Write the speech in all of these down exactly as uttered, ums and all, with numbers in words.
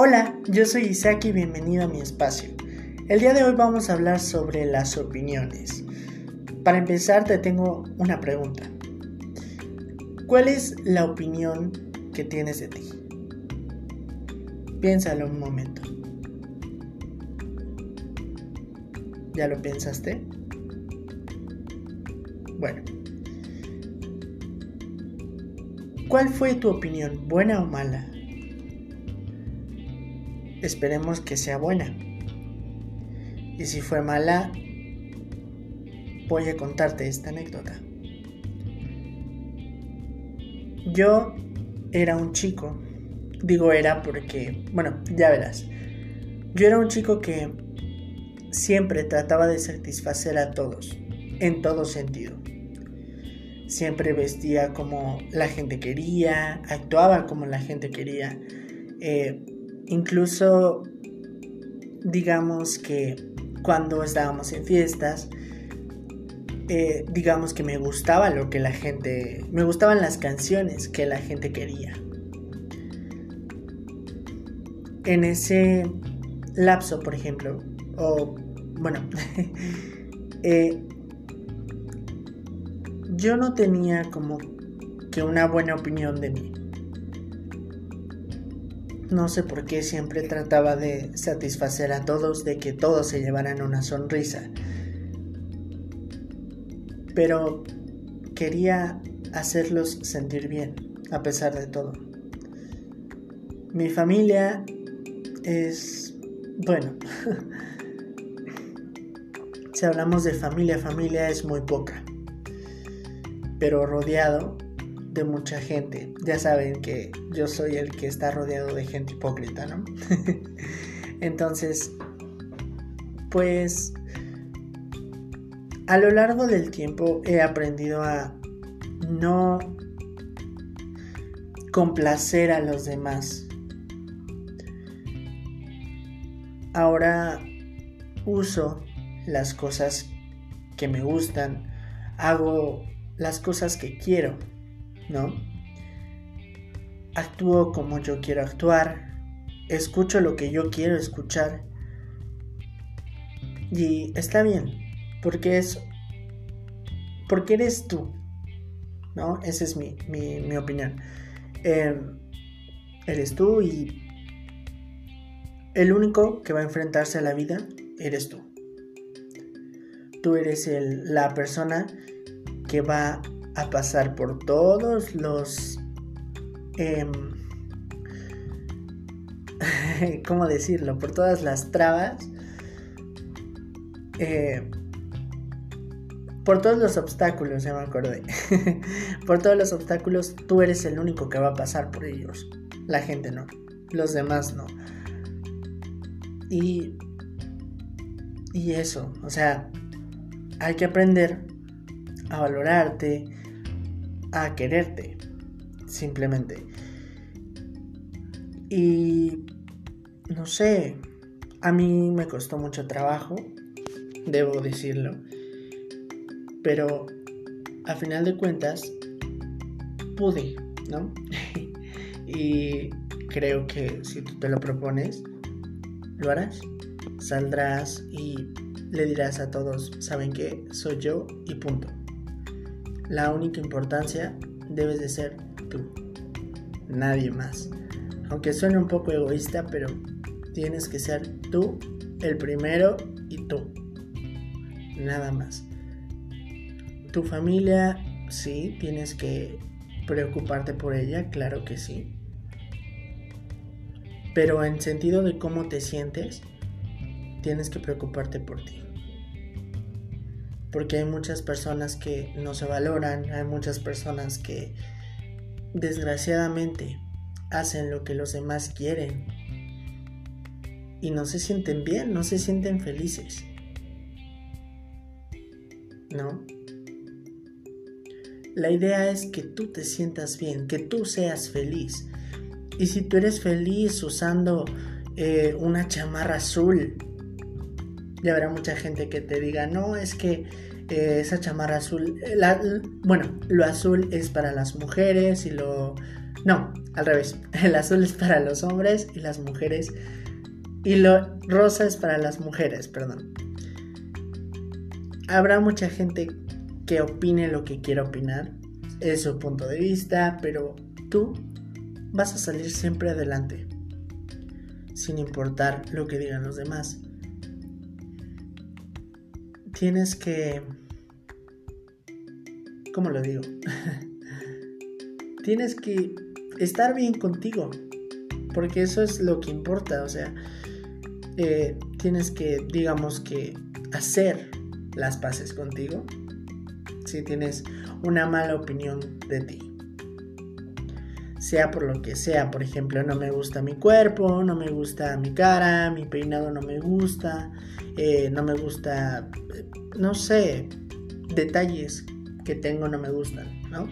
Hola, yo soy Isaac y bienvenido a mi espacio. El día de hoy vamos a hablar sobre las opiniones. Para empezar te tengo una pregunta. ¿Cuál es la opinión que tienes de ti? Piénsalo un momento. ¿Ya lo pensaste? Bueno. ¿Cuál fue tu opinión, buena o mala? Esperemos que sea buena. Y si fue mala, voy a contarte esta anécdota. Yo era un chico, digo era porque, bueno, ya verás. Yo era un chico que siempre trataba de satisfacer a todos, en todo sentido. Siempre vestía como la gente quería, actuaba como la gente quería. Eh, incluso, digamos que cuando estábamos en fiestas, eh, digamos que me gustaba lo que la gente, me gustaban las canciones que la gente quería. En ese lapso, por ejemplo, o bueno, eh, yo no tenía como que una buena opinión de mí. No sé por qué siempre trataba de satisfacer a todos, de que todos se llevaran una sonrisa. Pero quería hacerlos sentir bien, a pesar de todo. Mi familia es, bueno, si hablamos de familia, familia es muy poca. Pero rodeado de mucha gente. Ya saben que yo soy el que está rodeado de gente hipócrita, ¿no? Entonces, pues, a lo largo del tiempo he aprendido a no complacer a los demás. Ahora uso las cosas que me gustan, hago las cosas que quiero, ¿no? Actúo como yo quiero actuar, escucho lo que yo quiero escuchar y está bien, porque es porque eres tú, ¿no? Esa es mi, mi, mi opinión. Eh, eres tú y el único que va a enfrentarse a la vida eres tú. Tú eres el, la persona que va a pasar por todos los eh, ¿cómo decirlo? Por todas las trabas, eh, por todos los obstáculos, ya me acordé. Por todos los obstáculos, tú eres el único que va a pasar por ellos. La gente no, los demás no. Y y eso, o sea, hay que aprender a valorarte, a quererte, simplemente. Y no sé, a mí me costó mucho trabajo, debo decirlo, pero a final de cuentas pude, ¿no? Y creo que si tú te lo propones, lo harás, saldrás y le dirás a todos, ¿saben qué? Soy yo y punto. La única importancia debes de ser tú, nadie más. Aunque suene un poco egoísta, pero tienes que ser tú el primero y tú, nada más. Tu familia, sí, tienes que preocuparte por ella, claro que sí. Pero en sentido de cómo te sientes, tienes que preocuparte por ti. Porque hay muchas personas que no se valoran, hay muchas personas que desgraciadamente hacen lo que los demás quieren y no se sienten bien, no se sienten felices, ¿no? La idea es que tú te sientas bien, que tú seas feliz. Y si tú eres feliz usando eh, una chamarra azul, ya habrá mucha gente que te diga, no, es que eh, esa chamarra azul, la, bueno, lo azul es para las mujeres y lo No, al revés. El azul es para los hombres y las mujeres. Y lo rosa es para las mujeres, perdón. Habrá mucha gente que opine lo que quiera opinar. Es su punto de vista, pero tú vas a salir siempre adelante, sin importar lo que digan los demás. Tienes que... ¿Cómo lo digo? Tienes que estar bien contigo, porque eso es lo que importa. O sea, eh, tienes que, digamos que, hacer las paces contigo si tienes una mala opinión de ti. Sea por lo que sea, por ejemplo, no me gusta mi cuerpo, no me gusta mi cara, mi peinado no me gusta, eh, no me gusta, no sé, detalles que tengo no me gustan, ¿no?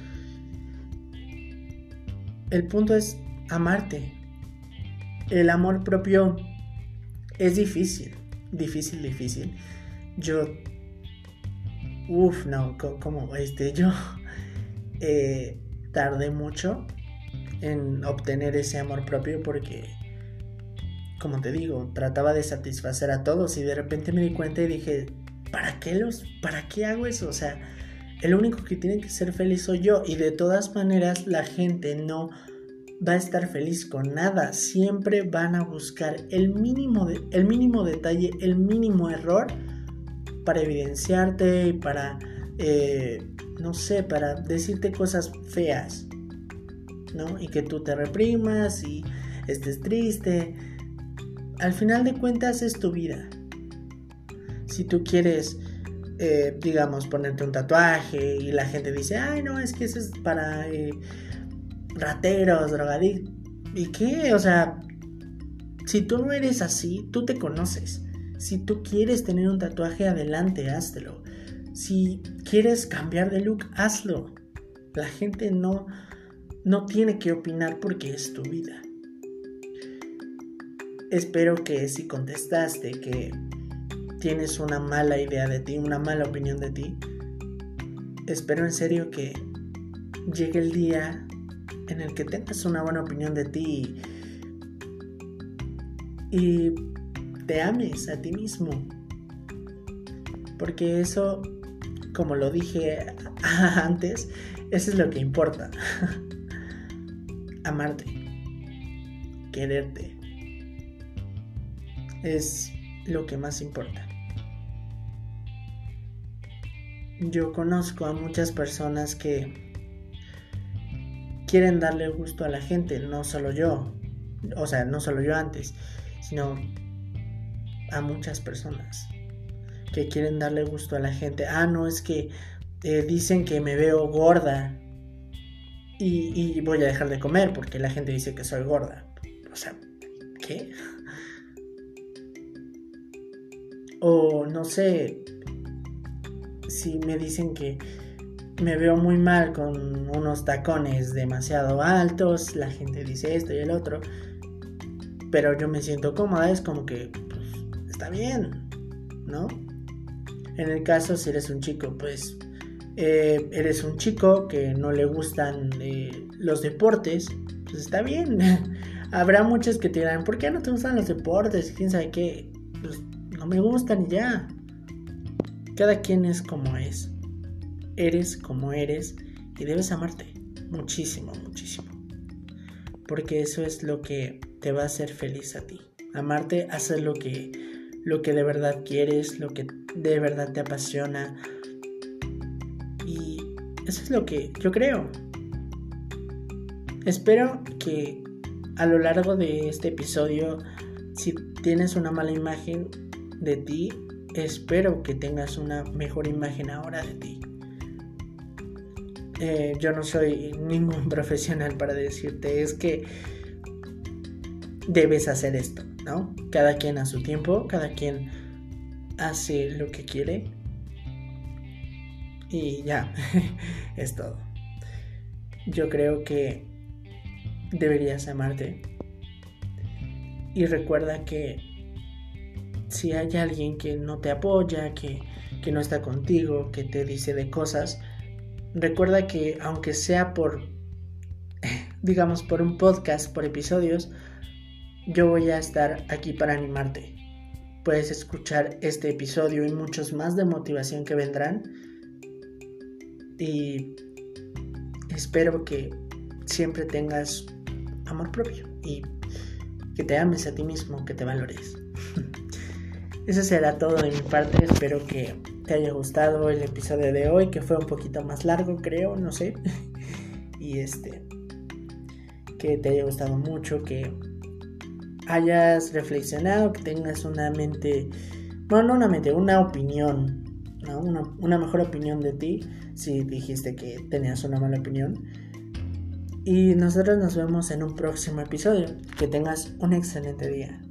El punto es amarte. El amor propio es difícil, difícil, difícil. Yo, uff, no, como este, yo eh, tardé mucho en obtener ese amor propio porque, como te digo, trataba de satisfacer a todos y de repente me di cuenta y dije, ¿para qué los, para qué hago eso? O sea, el único que tiene que ser feliz soy yo, y de todas maneras la gente no va a estar feliz con nada. Siempre van a buscar el mínimo, de, el mínimo detalle, el mínimo error para evidenciarte y para, eh, no sé, para decirte cosas feas, ¿no? Y que tú te reprimas y estés triste. Al final de cuentas es tu vida. Si tú quieres, eh, digamos, ponerte un tatuaje y la gente dice, ay, no, es que eso es para eh, rateros, drogadictos. ¿Y qué? O sea, si tú no eres así, tú te conoces. Si tú quieres tener un tatuaje, adelante, háztelo. Si quieres cambiar de look, hazlo. La gente no, no tiene que opinar porque es tu vida. Espero que si contestaste que tienes una mala idea de ti, una mala opinión de ti, espero en serio que llegue el día en el que tengas una buena opinión de ti y te ames a ti mismo, porque eso, como lo dije antes, eso es lo que importa. Amarte, quererte, es lo que más importa. Yo conozco a muchas personas que quieren darle gusto a la gente, no solo yo, o sea, no solo yo antes, sino a muchas personas que quieren darle gusto a la gente. Ah, no, es que eh, dicen que me veo gorda y, y voy a dejar de comer porque la gente dice que soy gorda. O sea, ¿qué? O no sé, si me dicen que me veo muy mal con unos tacones demasiado altos, la gente dice esto y el otro, pero yo me siento cómoda, es como que pues, está bien, ¿no? En el caso, si eres un chico, pues eh, eres un chico que no le gustan eh, los deportes, pues está bien. Habrá muchos que te dirán, ¿por qué no te gustan los deportes? ¿Quién sabe qué? Pues no me gustan y ya. Cada quien es como es. Eres como eres y debes amarte muchísimo, muchísimo. Porque eso es lo que te va a hacer feliz a ti. Amarte, hacer lo que, lo que de verdad quieres, lo que de verdad te apasiona. Y eso es lo que yo creo. Espero que a lo largo de este episodio, si tienes una mala imagen de ti, espero que tengas una mejor imagen ahora de ti. Eh, yo no soy ningún profesional para decirte es que debes hacer esto, ¿no? Cada quien a su tiempo, cada quien hace lo que quiere y ya, es todo. Yo creo que deberías amarte y recuerda que si hay alguien que no te apoya, que, que no está contigo, que te dice de cosas, recuerda que aunque sea por digamos, por un podcast, por episodios, yo voy a estar aquí para animarte. Puedes escuchar este episodio y muchos más de motivación que vendrán. Y espero que siempre tengas amor propio y que te ames a ti mismo, que te valores. Eso será todo de mi parte. Espero que te haya gustado el episodio de hoy, que fue un poquito más largo, creo, no sé. Y este, que te haya gustado mucho, que hayas reflexionado, que tengas una mente, bueno, no una mente, una opinión, ¿no? Una, una mejor opinión de ti, si dijiste que tenías una mala opinión. Y nosotros nos vemos en un próximo episodio. Que tengas un excelente día.